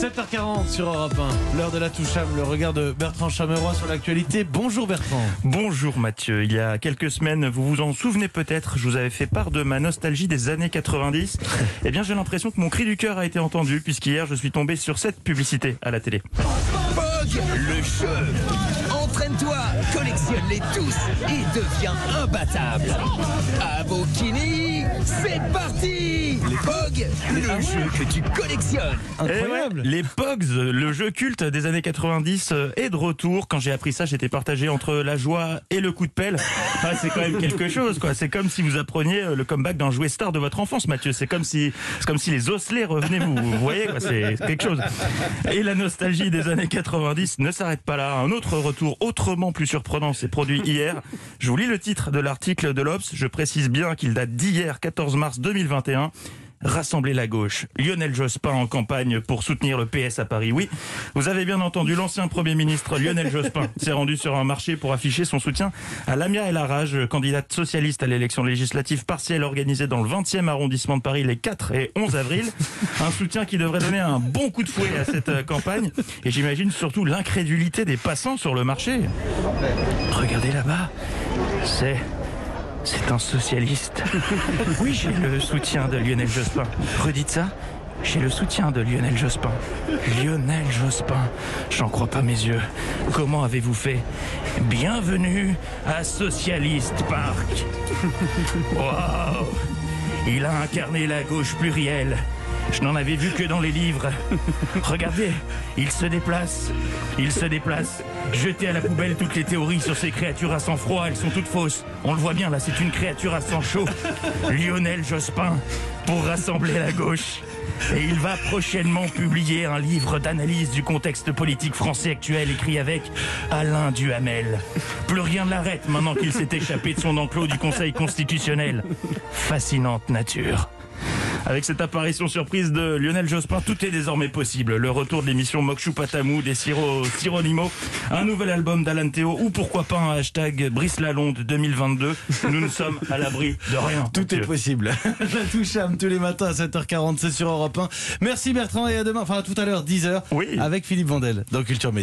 7h40 sur Europe 1, l'heure de la touche-âme, le regard de Bertrand Chameroy sur l'actualité. Bonjour Bertrand. Bonjour Mathieu, il y a quelques semaines, vous vous en souvenez peut-être, je vous avais fait part de ma nostalgie des années 90. Eh bien j'ai l'impression que mon cri du cœur a été entendu, puisqu'hier je suis tombé sur cette publicité à la télé. Pog, le jeu. Entraîne-toi, collectionne-les tous et deviens imbattable. À Bokini, c'est parti. Pog, le jeu que tu collectionnes. Incroyable. Ouais, les Pogs, le jeu culte des années 90 est de retour. Quand j'ai appris ça, j'étais partagé entre la joie et le coup de pelle. Ah, c'est quand même quelque chose, quoi. C'est comme si vous appreniez le comeback d'un jouet star de votre enfance, Mathieu. C'est comme si les osselets revenaient, vous voyez, quoi. C'est quelque chose. Et la nostalgie des années 90 ne s'arrête pas là. Un autre retour autrement plus surprenant s'est produit hier. Je vous lis le titre de l'article de l'Obs. Je précise bien qu'il date d'hier, 14 mars 2021. Rassembler la gauche. Lionel Jospin en campagne pour soutenir le PS à Paris. Oui, vous avez bien entendu, l'ancien Premier ministre Lionel Jospin s'est rendu sur un marché pour afficher son soutien à Lamia El Arraj, candidate socialiste à l'élection législative partielle organisée dans le 20e arrondissement de Paris les 4 et 11 avril. Un soutien qui devrait donner un bon coup de fouet à cette campagne. Et j'imagine surtout l'incrédulité des passants sur le marché. Regardez là-bas, c'est un socialiste. Oui, j'ai le soutien de Lionel Jospin. Redites ça. J'ai le soutien de Lionel Jospin. Lionel Jospin. J'en crois pas mes yeux. Comment avez-vous fait? Bienvenue à Socialist Park. Waouh! Il a incarné la gauche plurielle. Je n'en avais vu que dans les livres. Regardez, il se déplace. Jetez à la poubelle toutes les théories sur ces créatures à sang froid, elles sont toutes fausses. On le voit bien là, c'est une créature à sang chaud. Lionel Jospin, pour rassembler la gauche. Et il va prochainement publier un livre d'analyse du contexte politique français actuel, écrit avec Alain Duhamel. Plus rien ne l'arrête maintenant qu'il s'est échappé de son enclos du Conseil constitutionnel. Fascinante nature. Avec cette apparition surprise de Lionel Jospin, tout est désormais possible. Le retour de l'émission Mokshu Patamou des Sironimo, un nouvel album d'Alan Théo ou pourquoi pas un hashtag Brice Lalonde 2022. Nous ne sommes à l'abri de rien. Tout est possible. La touche-âme tous les matins à 7h40, c'est sur Europe 1. Merci Bertrand et à demain, enfin à tout à l'heure, 10h, oui, avec Philippe Vandel dans Culture Média.